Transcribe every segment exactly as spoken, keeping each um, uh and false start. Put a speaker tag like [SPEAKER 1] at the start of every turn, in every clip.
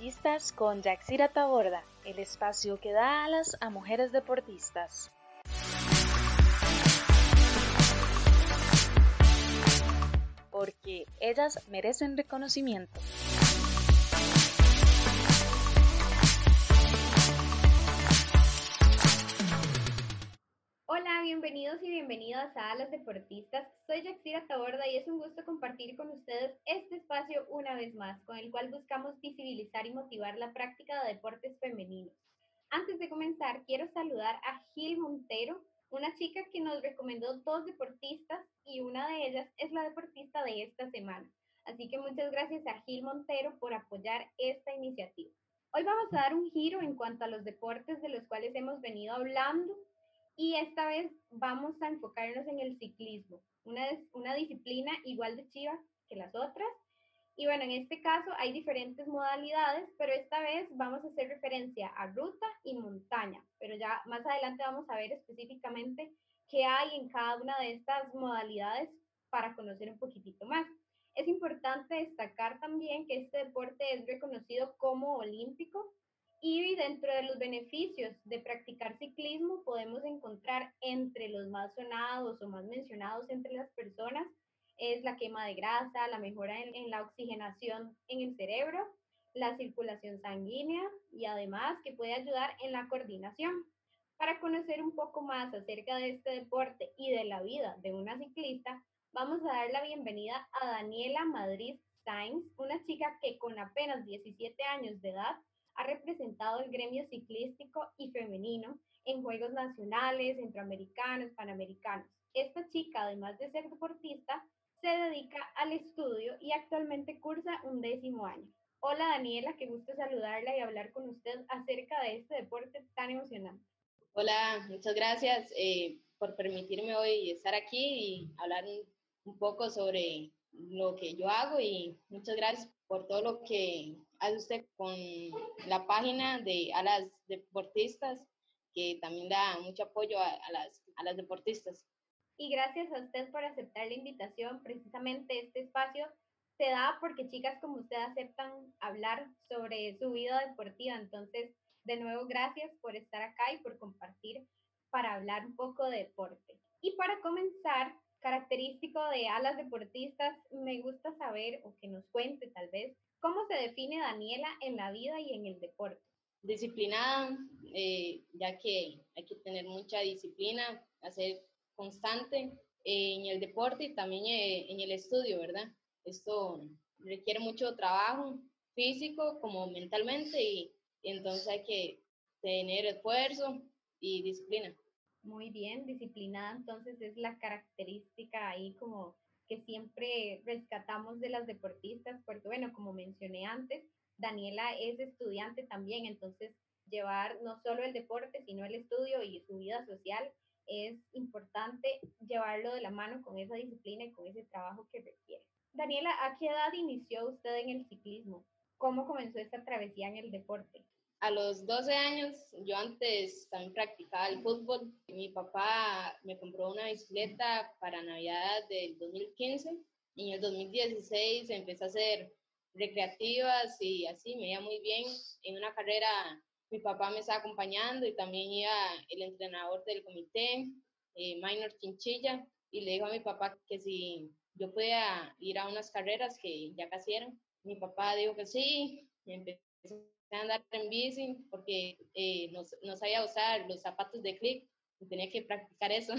[SPEAKER 1] Deportistas con Yaxira Taborda, el espacio que da alas a mujeres deportistas. Porque ellas merecen reconocimiento.
[SPEAKER 2] Hola, bienvenidos y bienvenidas a Alas Deportistas. Soy Yaxira Taborda y es un gusto compartir con ustedes este espacio una vez más, con el cual buscamos visibilizar y motivar la práctica de deportes femeninos. Antes de comenzar, quiero saludar a Gil Montero, una chica que nos recomendó dos deportistas y una de ellas es la deportista de esta semana. Así que muchas gracias a Gil Montero por apoyar esta iniciativa. Hoy vamos a dar un giro en cuanto a los deportes de los cuales hemos venido hablando. Y esta vez vamos a enfocarnos en el ciclismo, una, una disciplina igual de chiva que las otras. Y bueno, en este caso hay diferentes modalidades, pero esta vez vamos a hacer referencia a ruta y montaña. Pero ya más adelante vamos a ver específicamente qué hay en cada una de estas modalidades para conocer un poquitito más. Es importante destacar también que este deporte es reconocido como olímpico. Y dentro de los beneficios de practicar ciclismo podemos encontrar entre los más sonados o más mencionados entre las personas es la quema de grasa, la mejora en, en la oxigenación en el cerebro, la circulación sanguínea y además que puede ayudar en la coordinación. Para conocer un poco más acerca de este deporte y de la vida de una ciclista, vamos a dar la bienvenida a Daniela Madrid Sainz, una chica que con apenas diecisiete años de edad ha representado el gremio ciclístico y femenino en Juegos Nacionales, Centroamericanos, Panamericanos. Esta chica, además de ser deportista, se dedica al estudio y actualmente cursa un décimo año. Hola Daniela, qué gusto saludarla y hablar con usted acerca de este deporte tan emocionante.
[SPEAKER 3] Hola, muchas gracias eh, por permitirme hoy estar aquí y hablar un, un poco sobre lo que yo hago y muchas gracias por todo lo que hace usted con la página de a las deportistas, que también da mucho apoyo a, a, las, a las deportistas.
[SPEAKER 2] Y gracias a usted por aceptar la invitación. Precisamente este espacio se da porque chicas como usted aceptan hablar sobre su vida deportiva. Entonces, de nuevo, gracias por estar acá y por compartir para hablar un poco de deporte. Y para comenzar, característico de a las deportistas, me gusta saber o que nos cuente tal vez cómo se define Daniela en la vida y en el deporte.
[SPEAKER 3] Disciplinada, eh, ya que hay que tener mucha disciplina, hacer constante eh, en el deporte y también eh, en el estudio, ¿verdad? Esto requiere mucho trabajo físico como mentalmente y, y entonces hay que tener esfuerzo y disciplina.
[SPEAKER 2] Muy bien, disciplinada entonces es la característica ahí como que siempre rescatamos de las deportistas, porque bueno, como mencioné antes, Daniela es estudiante también, entonces llevar no solo el deporte, sino el estudio y su vida social es importante llevarlo de la mano con esa disciplina y con ese trabajo que requiere. Daniela, ¿a qué edad inició usted en el ciclismo? ¿Cómo comenzó esta travesía en el deporte?
[SPEAKER 3] A los doce años, yo antes también practicaba el fútbol. Mi papá me compró una bicicleta para Navidad del dos mil quince y en el dos mil dieciséis empecé a hacer recreativas y así me iba muy bien. En una carrera mi papá me estaba acompañando y también iba el entrenador del comité, eh, Minor Chinchilla, y le dijo a mi papá que si yo podía ir a unas carreras que ya casi eran. Mi papá dijo que sí, y empecé a andar en bici porque eh, no, no sabía usar los zapatos de clic, tenía que practicar eso.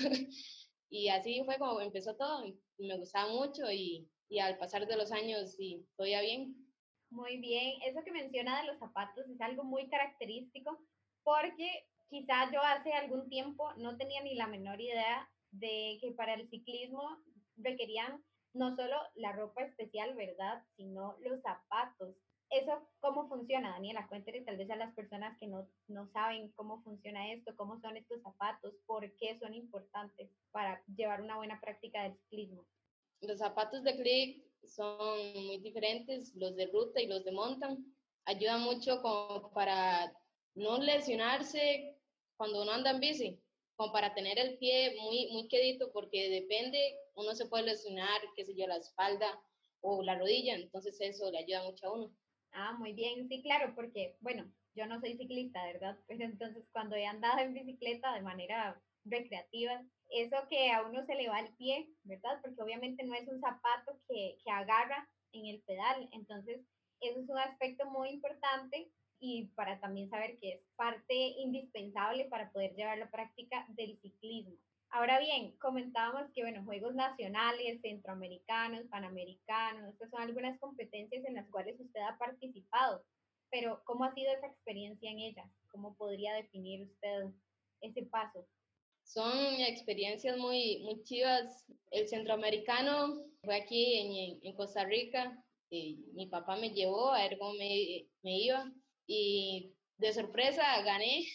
[SPEAKER 3] Y así fue como empezó todo, y me gustaba mucho y, y al pasar de los años sí, todavía bien.
[SPEAKER 2] Muy bien, eso que menciona de los zapatos es algo muy característico porque quizá yo hace algún tiempo no tenía ni la menor idea de que para el ciclismo requerían no solo la ropa especial, ¿verdad? Sino los zapatos. ¿Eso cómo funciona, Daniela? Cuéntale tal vez a las personas que no, no saben cómo funciona esto, cómo son estos zapatos, por qué son importantes para llevar una buena práctica del ciclismo.
[SPEAKER 3] Los zapatos de clic son muy diferentes, los de ruta y los de mountain. Ayudan mucho como para no lesionarse cuando uno anda en bici, como para tener el pie muy, muy quedito, porque depende, uno se puede lesionar, qué sé yo, la espalda o la rodilla, entonces eso le ayuda mucho a uno.
[SPEAKER 2] Ah, muy bien, sí, claro, porque, bueno, yo no soy ciclista, ¿verdad? Pero entonces cuando he andado en bicicleta de manera recreativa, eso que a uno se le va el pie, ¿verdad? Porque obviamente no es un zapato que, que agarra en el pedal, entonces eso es un aspecto muy importante y para también saber que es parte indispensable para poder llevar la práctica del ciclismo. Ahora bien, comentábamos que, bueno, juegos nacionales, centroamericanos, panamericanos, estas son algunas competencias en las cuales usted ha participado, pero ¿cómo ha sido esa experiencia en ellas? ¿Cómo podría definir usted ese paso?
[SPEAKER 3] Son experiencias muy, muy chivas. El centroamericano fue aquí en, en Costa Rica. Y mi papá me llevó a ver cómo me, me iba y de sorpresa gané.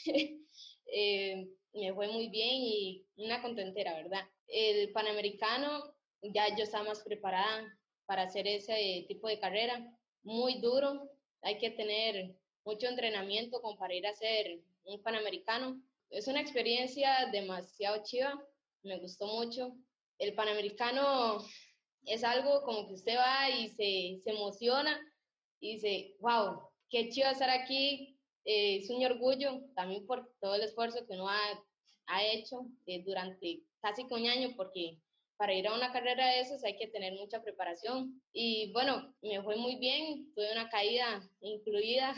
[SPEAKER 3] eh, me fue muy bien y una contentera, ¿verdad? El panamericano ya yo estaba más preparada para hacer ese tipo de carrera. Muy duro, hay que tener mucho entrenamiento como para ir a hacer un panamericano. Es una experiencia demasiado chiva, me gustó mucho. El Panamericano es algo como que usted va y se, se emociona y dice, wow, qué chiva estar aquí. Eh, es un orgullo también por todo el esfuerzo que uno ha, ha hecho eh, durante casi un año, porque para ir a una carrera de esas hay que tener mucha preparación. Y bueno, me fue muy bien, tuve una caída incluida,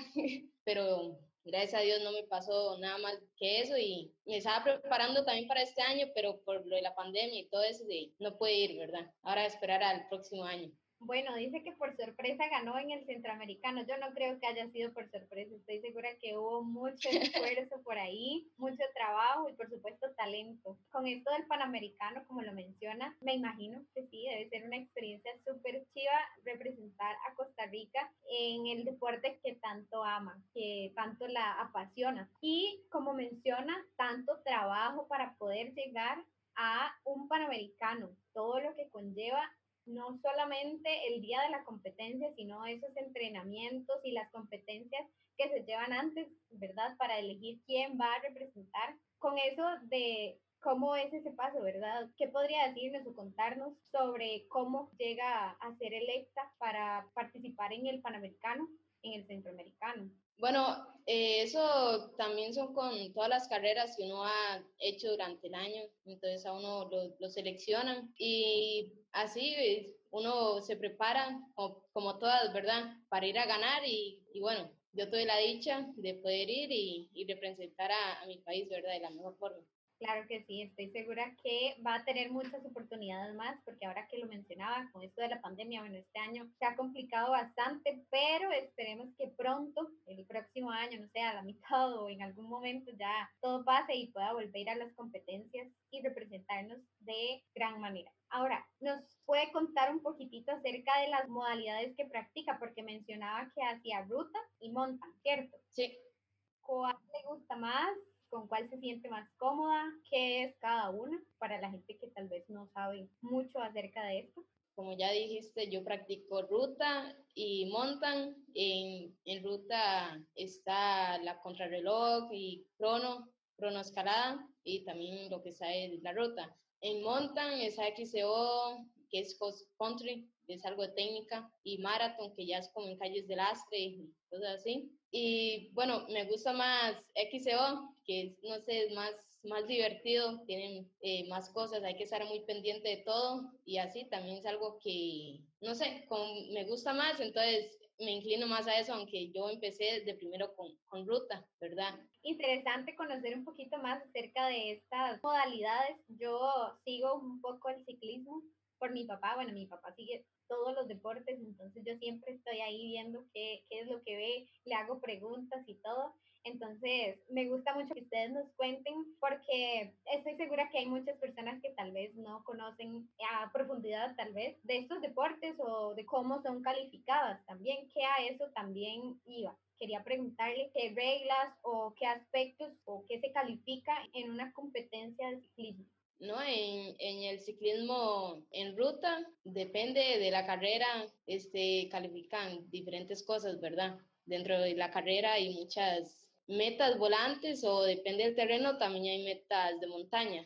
[SPEAKER 3] pero gracias a Dios no me pasó nada más que eso y me estaba preparando también para este año, pero por lo de la pandemia y todo eso, de, no pude ir, ¿verdad? Ahora esperar al próximo año.
[SPEAKER 2] Bueno, dice que por sorpresa ganó en el centroamericano. Yo no creo que haya sido por sorpresa. Estoy segura que hubo mucho esfuerzo por ahí, mucho trabajo y por supuesto talento. Con esto del panamericano, como lo menciona, me imagino que sí, debe ser una experiencia súper chiva representar a Costa Rica en el deporte que tanto ama, que tanto la apasiona. Y como menciona, tanto trabajo para poder llegar a un panamericano, todo lo que conlleva no solamente el día de la competencia, sino esos entrenamientos y las competencias que se llevan antes, ¿verdad? Para elegir quién va a representar. Con eso de cómo es ese paso, ¿verdad? ¿Qué podría decirnos o contarnos sobre cómo llega a ser electa para participar en el Panamericano, en el Centroamericano?
[SPEAKER 3] Bueno, eh, eso también son con todas las carreras que uno ha hecho durante el año, entonces a uno lo, lo seleccionan y así eh, uno se prepara como, como todas, ¿verdad? Para ir a ganar y, y bueno, yo tuve la dicha de poder ir y, y representar a, a mi país, ¿verdad? De la mejor forma.
[SPEAKER 2] Claro que sí, estoy segura que va a tener muchas oportunidades más, porque ahora que lo mencionaba, con esto de la pandemia, bueno, este año se ha complicado bastante, pero esperemos que pronto, el próximo año, no sé, a la mitad o en algún momento ya todo pase y pueda volver a las competencias y representarnos de gran manera. Ahora, ¿nos puede contar un poquitito acerca de las modalidades que practica? Porque mencionaba que hacía ruta y montan, ¿cierto?
[SPEAKER 3] Sí.
[SPEAKER 2] ¿Cuál le gusta más? ¿Con cuál se siente más cómoda? ¿Qué es cada una? Para la gente que tal vez no sabe mucho acerca de esto.
[SPEAKER 3] Como ya dijiste, yo practico ruta y montan. En, en ruta está la contrarreloj y crono, cronoescalada y también lo que está es la ruta. En montan está X C O, que es cross country, que es algo de técnica, y maratón, que ya es como en calles de lastre y cosas así. Y bueno, me gusta más X C O, que es, no sé, es más más divertido, tienen eh, más cosas, hay que estar muy pendiente de todo y así también es algo que, no sé, con, me gusta más, entonces me inclino más a eso, aunque yo empecé de primero con, con ruta, ¿verdad?
[SPEAKER 2] Interesante conocer un poquito más acerca de estas modalidades. Yo sigo un poco el ciclismo por mi papá, bueno, mi papá sigue todos los deportes, entonces yo siempre estoy ahí viendo qué, qué es lo que ve, le hago preguntas y todo. Entonces, me gusta mucho que ustedes nos cuenten porque estoy segura que hay muchas personas que tal vez no conocen a profundidad tal vez de estos deportes o de cómo son calificadas también, que a eso también iba. Quería preguntarle qué reglas o qué aspectos o qué se califica en una competencia de ciclismo.
[SPEAKER 3] No, en, en el ciclismo en ruta, depende de la carrera, este, califican diferentes cosas, ¿verdad? Dentro de la carrera hay muchas metas volantes o depende del terreno, también hay metas de montaña.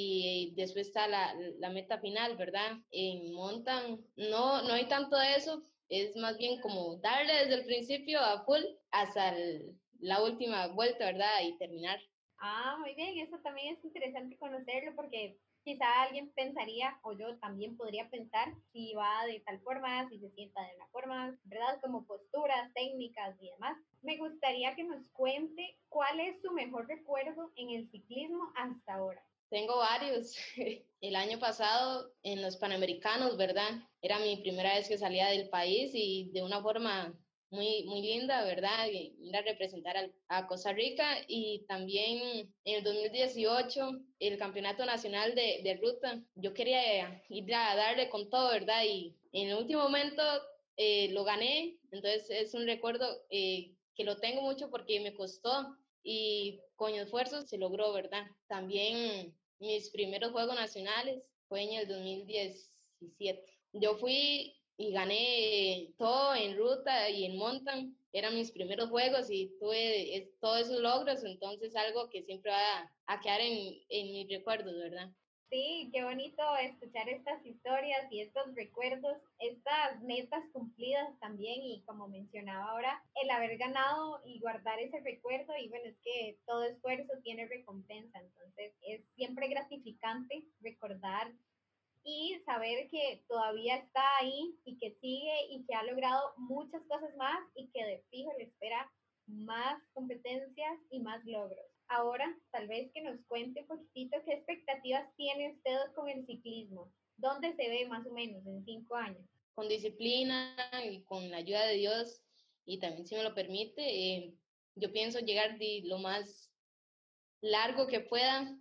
[SPEAKER 3] Y después está la, la meta final, ¿verdad? En montan, no, no hay tanto de eso, es más bien como darle desde el principio a full hasta el, la última vuelta, ¿verdad? Y terminar.
[SPEAKER 2] Ah, muy bien, eso también es interesante conocerlo porque quizá alguien pensaría, o yo también podría pensar, si va de tal forma, si se sienta de una forma, ¿verdad? Como posturas, técnicas y demás. Me gustaría que nos cuente cuál es su mejor recuerdo en el ciclismo hasta ahora.
[SPEAKER 3] Tengo varios. El año pasado en los Panamericanos, ¿verdad? Era mi primera vez que salía del país y de una forma muy, muy linda, ¿verdad? Ir a representar al, a Costa Rica y también en el dos mil dieciocho el Campeonato Nacional de, de Ruta. Yo quería ir a darle con todo, ¿verdad? Y en el último momento eh, lo gané, entonces es un recuerdo eh, que lo tengo mucho porque me costó y con esfuerzo se logró, ¿verdad? También mis primeros Juegos Nacionales fue en el dos mil diecisiete. Yo fui y gané todo en ruta y en mountain. Eran mis primeros juegos y tuve es, todos esos logros, entonces algo que siempre va a, a quedar en, en mis recuerdos, ¿verdad?
[SPEAKER 2] Sí, qué bonito escuchar estas historias y estos recuerdos, estas metas cumplidas también y como mencionaba ahora, el haber ganado y guardar ese recuerdo y bueno, es que todo esfuerzo tiene recompensa, entonces es siempre gratificante recordar y saber que todavía está ahí y que sigue y que ha logrado muchas cosas más y que de fijo le espera más competencias y más logros. Ahora, tal vez que nos cuente un poquitito qué expectativas tiene usted con el ciclismo. ¿Dónde se ve más o menos en cinco años?
[SPEAKER 3] Con disciplina y con la ayuda de Dios y también si me lo permite, eh, yo pienso llegar de lo más largo que pueda.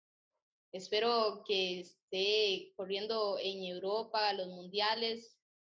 [SPEAKER 3] Espero que esté corriendo en Europa, los mundiales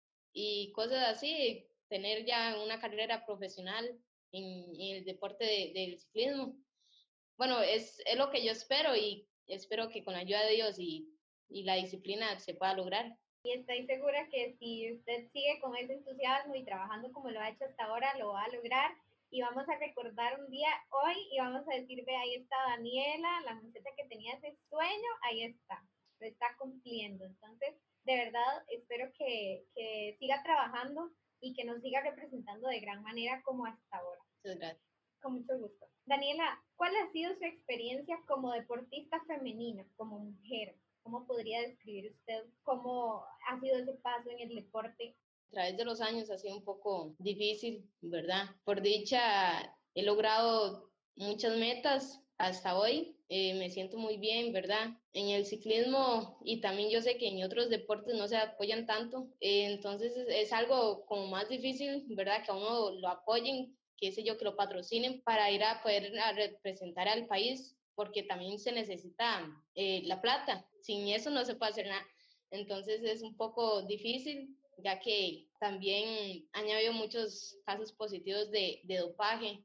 [SPEAKER 3] y cosas así, tener ya una carrera profesional en, en el deporte de, del ciclismo. Bueno, es, es lo que yo espero y espero que con la ayuda de Dios y, y la disciplina se pueda lograr.
[SPEAKER 2] Y estoy segura que si usted sigue con ese entusiasmo y trabajando como lo ha hecho hasta ahora, lo va a lograr. Y vamos a recordar un día hoy y vamos a decir, ve, ahí está Daniela, la muchacha que tenía ese sueño, ahí está, lo está cumpliendo. Entonces, de verdad, espero que, que siga trabajando y que nos siga representando de gran manera como hasta ahora.
[SPEAKER 3] Muchas gracias.
[SPEAKER 2] Con mucho gusto. Daniela, ¿cuál ha sido su experiencia como deportista femenina, como mujer? ¿Cómo podría describir usted cómo ha sido ese paso en el deporte?
[SPEAKER 3] A través de los años ha sido un poco difícil, ¿verdad? Por dicha, he logrado muchas metas hasta hoy. Eh, me siento muy bien, ¿verdad? En el ciclismo y también yo sé que en otros deportes no se apoyan tanto. Eh, entonces es, es algo como más difícil, ¿verdad? Que a uno lo apoyen, qué sé yo, que lo patrocinen para ir a poder a representar al país, porque también se necesita eh, la plata. Sin eso no se puede hacer nada. Entonces es un poco difícil, ya que también han habido muchos casos positivos de, de dopaje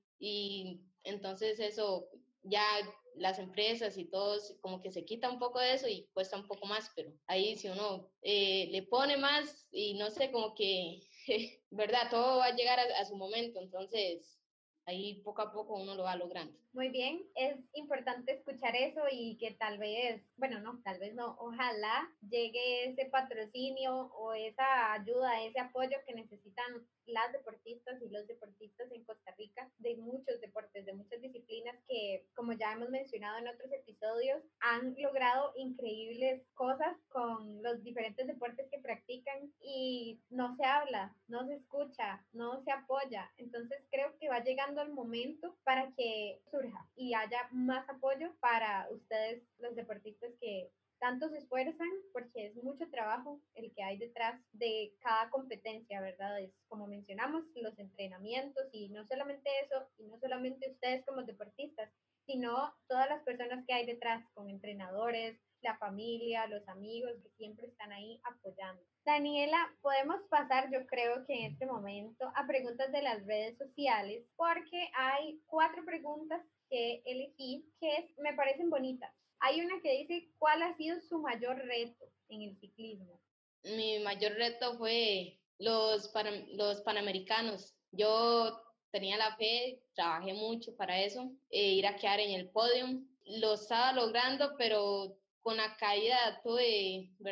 [SPEAKER 3] y entonces eso ya las empresas y todos como que se quita un poco de eso y cuesta un poco más, pero ahí si uno eh, le pone más y no sé, como que, ¿verdad? Todo va a llegar a, a su momento, entonces ahí poco a poco uno lo va logrando.
[SPEAKER 2] Muy bien, es importante escuchar eso y que tal vez, bueno, no, tal vez no, ojalá llegue ese patrocinio o esa ayuda, ese apoyo que necesitan las deportistas y los deportistas en Costa Rica de muchos deportes, de muchas disciplinas que, como ya hemos mencionado en otros episodios, han logrado increíbles cosas con los diferentes deportes que practican y no se habla, no se escucha, no se apoya. Entonces creo que va llegando el momento para que surja y haya más apoyo para ustedes, los deportistas que tanto se esfuerzan, porque es mucho trabajo el que hay detrás de cada competencia, ¿verdad? Es como mencionamos, los entrenamientos y no solamente eso, y no solamente ustedes como deportistas, sino todas las personas que hay detrás, con entrenadores, la familia, los amigos que siempre están ahí apoyando. Daniela, podemos pasar, yo creo que en este momento, a preguntas de las redes sociales, porque hay cuatro preguntas que elegí que me parecen bonitas. Hay una que dice, ¿cuál ha sido su mayor reto en el ciclismo?
[SPEAKER 3] Mi mayor reto fue los, para, los Panamericanos. Yo tenía la fe, trabajé mucho para eso, e ir a quedar en el podio. Lo estaba logrando, pero con la caída tuve, ¿verdad?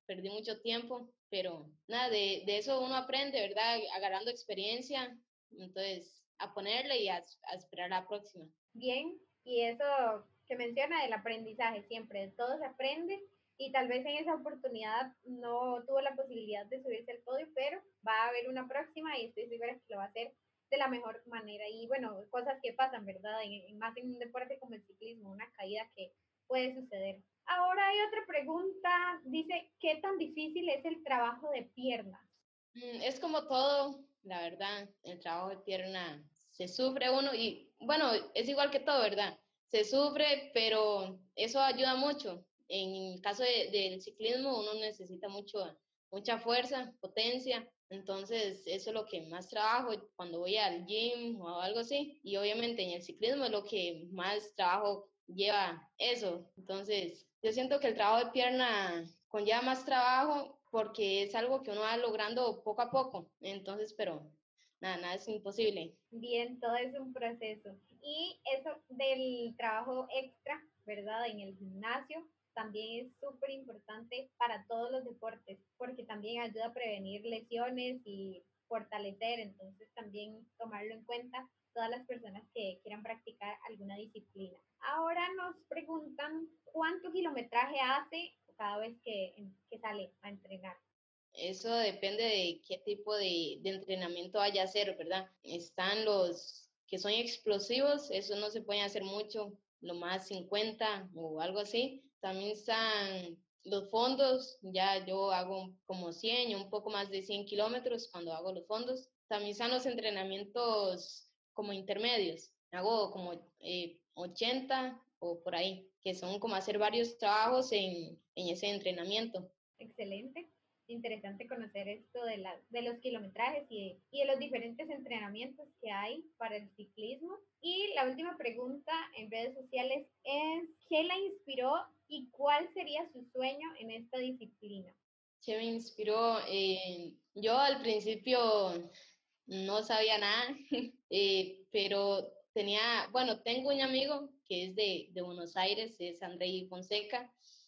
[SPEAKER 3] perdí mucho tiempo, pero nada, de, de eso uno aprende, ¿verdad? Agarrando experiencia, entonces a ponerle y a, a esperar la próxima.
[SPEAKER 2] Bien, y eso que menciona del aprendizaje, siempre de todo se aprende, y tal vez en esa oportunidad no tuvo la posibilidad de subirse al podio, pero va a haber una próxima y estoy segura que lo va a hacer de la mejor manera. Y bueno, cosas que pasan, ¿verdad? En, en, más en un deporte como el ciclismo, una caída que puede suceder. Ahora hay otra pregunta, dice, ¿qué tan difícil es el trabajo de piernas?
[SPEAKER 3] Mm, es como todo, la verdad, el trabajo de pierna se sufre uno y bueno, es igual que todo, ¿verdad? Se sufre, pero eso ayuda mucho. En el caso de, del ciclismo uno necesita mucho, mucha fuerza, potencia, entonces eso es lo que más trabajo cuando voy al gym o algo así, y obviamente en el ciclismo es lo que más trabajo lleva eso. Entonces yo siento que el trabajo de pierna conlleva más trabajo porque es algo que uno va logrando poco a poco, entonces, pero nada, nada es imposible.
[SPEAKER 2] Bien, todo es un proceso. Y eso del trabajo extra, ¿verdad? En el gimnasio también es súper importante para todos los deportes, porque también ayuda a prevenir lesiones y fortalecer, entonces también tomarlo en cuenta todas las personas que quieran practicar alguna disciplina. Ahora nos preguntan cuánto kilometraje hace cada vez que, que sale a entrenar.
[SPEAKER 3] Eso depende de qué tipo de, de entrenamiento vaya a hacer, ¿verdad? Están los que son explosivos, eso no se puede hacer mucho, lo más cincuenta o algo así. También están los fondos, ya yo hago como cien, un poco más de cien kilómetros cuando hago los fondos. También están los entrenamientos como intermedios, hago como eh, ochenta o por ahí, que son como hacer varios trabajos en, en ese entrenamiento.
[SPEAKER 2] Excelente. Interesante conocer esto de, la, de los kilometrajes y de, y de los diferentes entrenamientos que hay para el ciclismo. Y la última pregunta en redes sociales es, ¿qué la inspiró y cuál sería su sueño en esta disciplina?
[SPEAKER 3] ¿Qué me inspiró? Eh, yo al principio no sabía nada, eh, pero tenía, bueno, tengo un amigo que es de, de Buenos Aires, es Andrei Fonseca.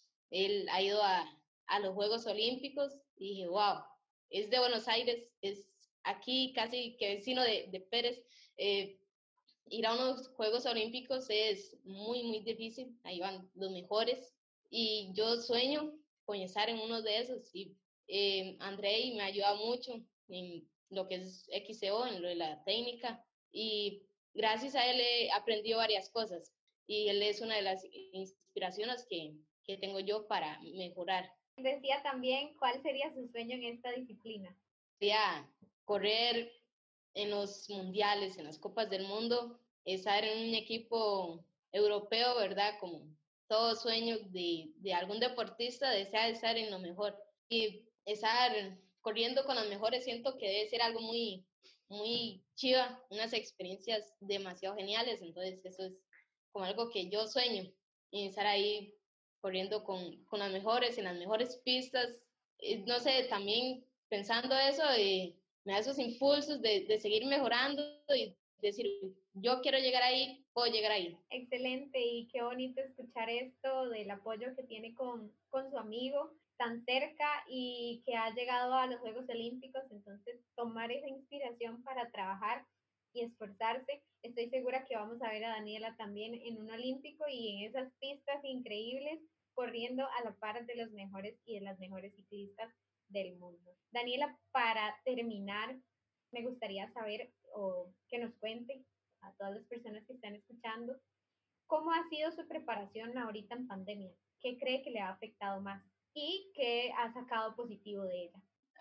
[SPEAKER 3] Él ha ido a, a los Juegos Olímpicos y dije, wow, es de Buenos Aires, es aquí casi que vecino de, de Pérez. Eh, ir a unos Juegos Olímpicos es muy, muy difícil, ahí van los mejores y yo sueño con estar en uno de esos y eh, Andrei me ayuda mucho en lo que es X C O, en lo de la técnica y gracias a él he aprendido varias cosas y él es una de las inspiraciones que, que tengo yo para mejorar.
[SPEAKER 2] Decía también cuál sería su sueño en esta disciplina.
[SPEAKER 3] Sería correr en los mundiales, en las copas del mundo, estar en un equipo europeo, ¿verdad? Como todo sueño de, de algún deportista desea estar en lo mejor y estar corriendo con los mejores, siento que debe ser algo muy, muy chiva, unas experiencias demasiado geniales, entonces eso es como algo que yo sueño, y estar ahí corriendo con, con las mejores, en las mejores pistas, no sé, también pensando eso, eh, me da esos impulsos de, de seguir mejorando y decir, yo quiero llegar ahí, puedo llegar ahí.
[SPEAKER 2] Excelente, y qué bonito escuchar esto del apoyo que tiene con, con su amigo tan cerca y que ha llegado a los Juegos Olímpicos, entonces tomar esa inspiración para trabajar y esforzarse. Estoy segura que vamos a ver a Daniela también en un olímpico y en esas pistas increíbles, corriendo a la par de los mejores y de las mejores ciclistas del mundo. Daniela, para terminar, me gustaría saber o que nos cuente a todas las personas que están escuchando, ¿cómo ha sido su preparación ahorita en pandemia? ¿Qué cree que le ha afectado más? ¿Y qué ha sacado positivo de ella?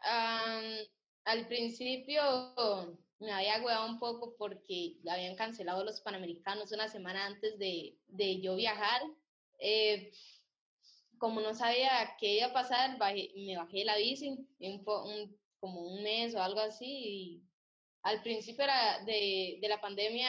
[SPEAKER 3] Um, al principio me había agüeado un poco porque habían cancelado los Panamericanos una semana antes de, de yo viajar. Eh, como no sabía qué iba a pasar, bajé, me bajé de la bici un, un, como un mes o algo así. Y al principio era de, de la pandemia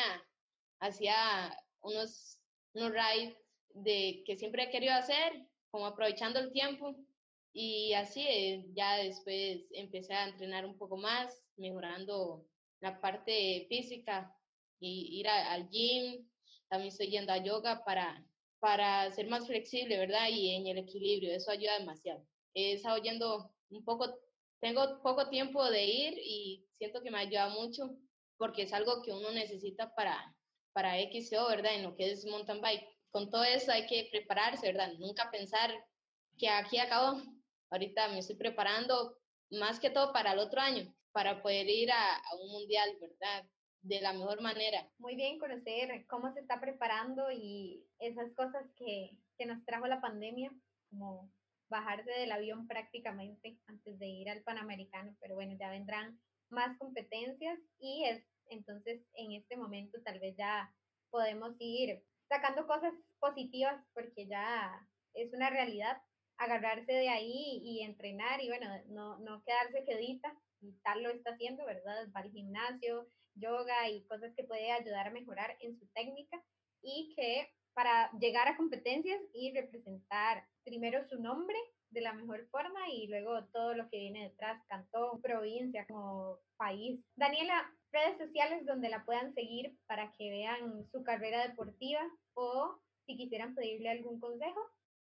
[SPEAKER 3] hacía unos, unos rides de, que siempre he querido hacer, como aprovechando el tiempo. Y así eh, ya después empecé a entrenar un poco más, mejorando la parte física y ir a, al gym. También estoy yendo a yoga para, para ser más flexible, ¿verdad? Y en el equilibrio, eso ayuda demasiado. he estado yendo un poco, tengo poco tiempo de ir y siento que me ayuda mucho porque es algo que uno necesita para, para X O, ¿verdad? En lo que es mountain bike. Con todo eso hay que prepararse, ¿verdad? Nunca pensar que aquí acabó. Ahorita me estoy preparando más que todo para el otro año, para poder ir a, a un mundial, ¿verdad? De la mejor manera.
[SPEAKER 2] Muy bien conocer cómo se está preparando y esas cosas que, que nos trajo la pandemia, como bajarse del avión prácticamente antes de ir al Panamericano, pero bueno, ya vendrán más competencias y es entonces en este momento tal vez ya podemos ir sacando cosas positivas porque ya es una realidad, agarrarse de ahí y entrenar y bueno, no, no quedarse quedita, y tal lo está haciendo, ¿verdad? Va al gimnasio, yoga y cosas que puede ayudar a mejorar en su técnica y que para llegar a competencias y representar primero su nombre de la mejor forma y luego todo lo que viene detrás, cantón, provincia, como país. Daniela, redes sociales donde la puedan seguir para que vean su carrera deportiva o si quisieran pedirle algún consejo.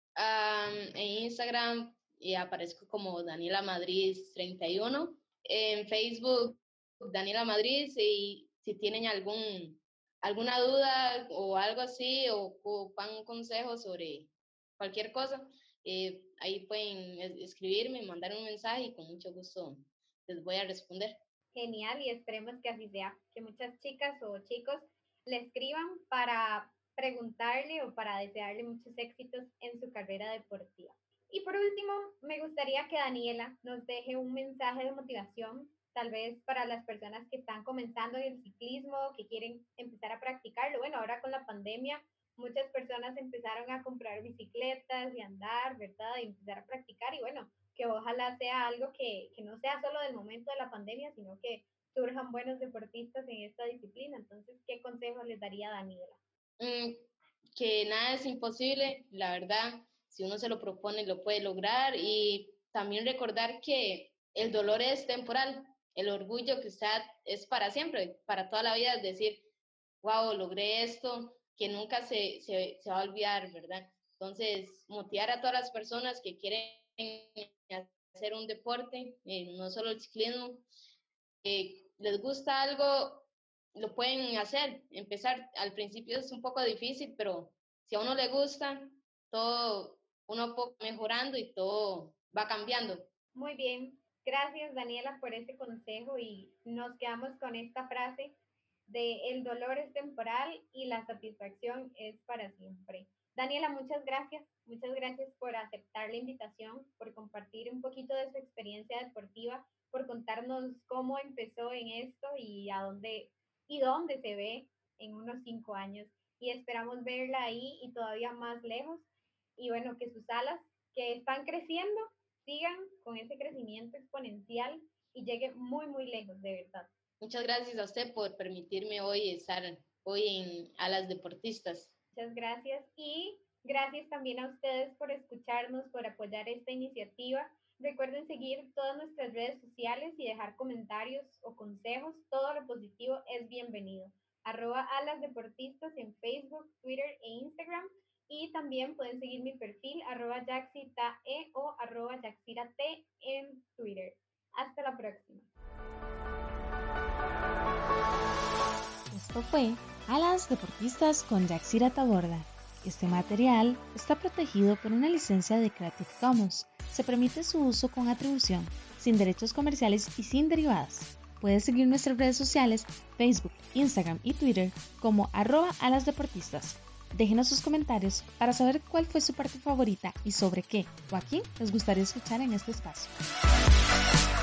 [SPEAKER 3] Um, en Instagram y aparezco como Daniela Madrid treinta y uno, en Facebook Daniela Madrid, y si tienen algún alguna duda o algo así o ocupan un consejo sobre cualquier cosa, eh, ahí pueden escribirme, mandar un mensaje y con mucho gusto les voy a responder.
[SPEAKER 2] Genial, y esperemos que así sea, que muchas chicas o chicos le escriban para preguntarle o para desearle muchos éxitos en su carrera deportiva. Y por último, me gustaría que Daniela nos deje un mensaje de motivación, tal vez para las personas que están comenzando en el ciclismo, que quieren empezar a practicarlo. Bueno, ahora con la pandemia, muchas personas empezaron a comprar bicicletas y andar, ¿verdad? Y empezar a practicar y bueno, que ojalá sea algo que, que no sea solo del momento de la pandemia, sino que surjan buenos deportistas en esta disciplina. Entonces, ¿qué consejo les daría a Daniela?
[SPEAKER 3] Mm, que nada es imposible, la verdad, si uno se lo propone lo puede lograr, y también recordar que el dolor es temporal, el orgullo que usted es para siempre, para toda la vida, es decir, wow, logré esto, que nunca se, se, se va a olvidar, ¿verdad? Entonces, motivar a todas las personas que quieren hacer un deporte, eh, no solo el ciclismo, eh, les gusta algo, lo pueden hacer. Empezar al principio es un poco difícil, pero si a uno le gusta, todo uno va mejorando y todo va cambiando.
[SPEAKER 2] Muy bien, gracias Daniela por ese consejo y nos quedamos con esta frase de el dolor es temporal y la satisfacción es para siempre. Daniela, muchas gracias, muchas gracias por aceptar la invitación, por compartir un poquito de su experiencia deportiva, por contarnos cómo empezó en esto y a dónde y dónde se ve en unos cinco años. Y esperamos verla ahí y todavía más lejos. Y bueno, que sus alas, que están creciendo, sigan con ese crecimiento exponencial y lleguen muy, muy lejos, de verdad.
[SPEAKER 3] Muchas gracias a usted por permitirme hoy estar hoy en Alas Deportistas.
[SPEAKER 2] Muchas gracias y gracias también a ustedes por escucharnos, por apoyar esta iniciativa. Recuerden seguir todas nuestras redes sociales y dejar comentarios o consejos. Todo lo positivo es bienvenido. Arroba Alas Deportistas en Facebook, Twitter e Instagram. Y también pueden seguir mi perfil, arroba yaxitae o arroba yaxirate en Twitter. Hasta la próxima.
[SPEAKER 1] Esto fue Alas Deportistas con Yaxira Taborda. Este material está protegido por una licencia de Creative Commons. Se permite su uso con atribución, sin derechos comerciales y sin derivadas. Puedes seguir nuestras redes sociales, Facebook, Instagram y Twitter como arroba Alas Deportistas. Déjenos sus comentarios para saber cuál fue su parte favorita y sobre qué o a quién les gustaría escuchar en este espacio.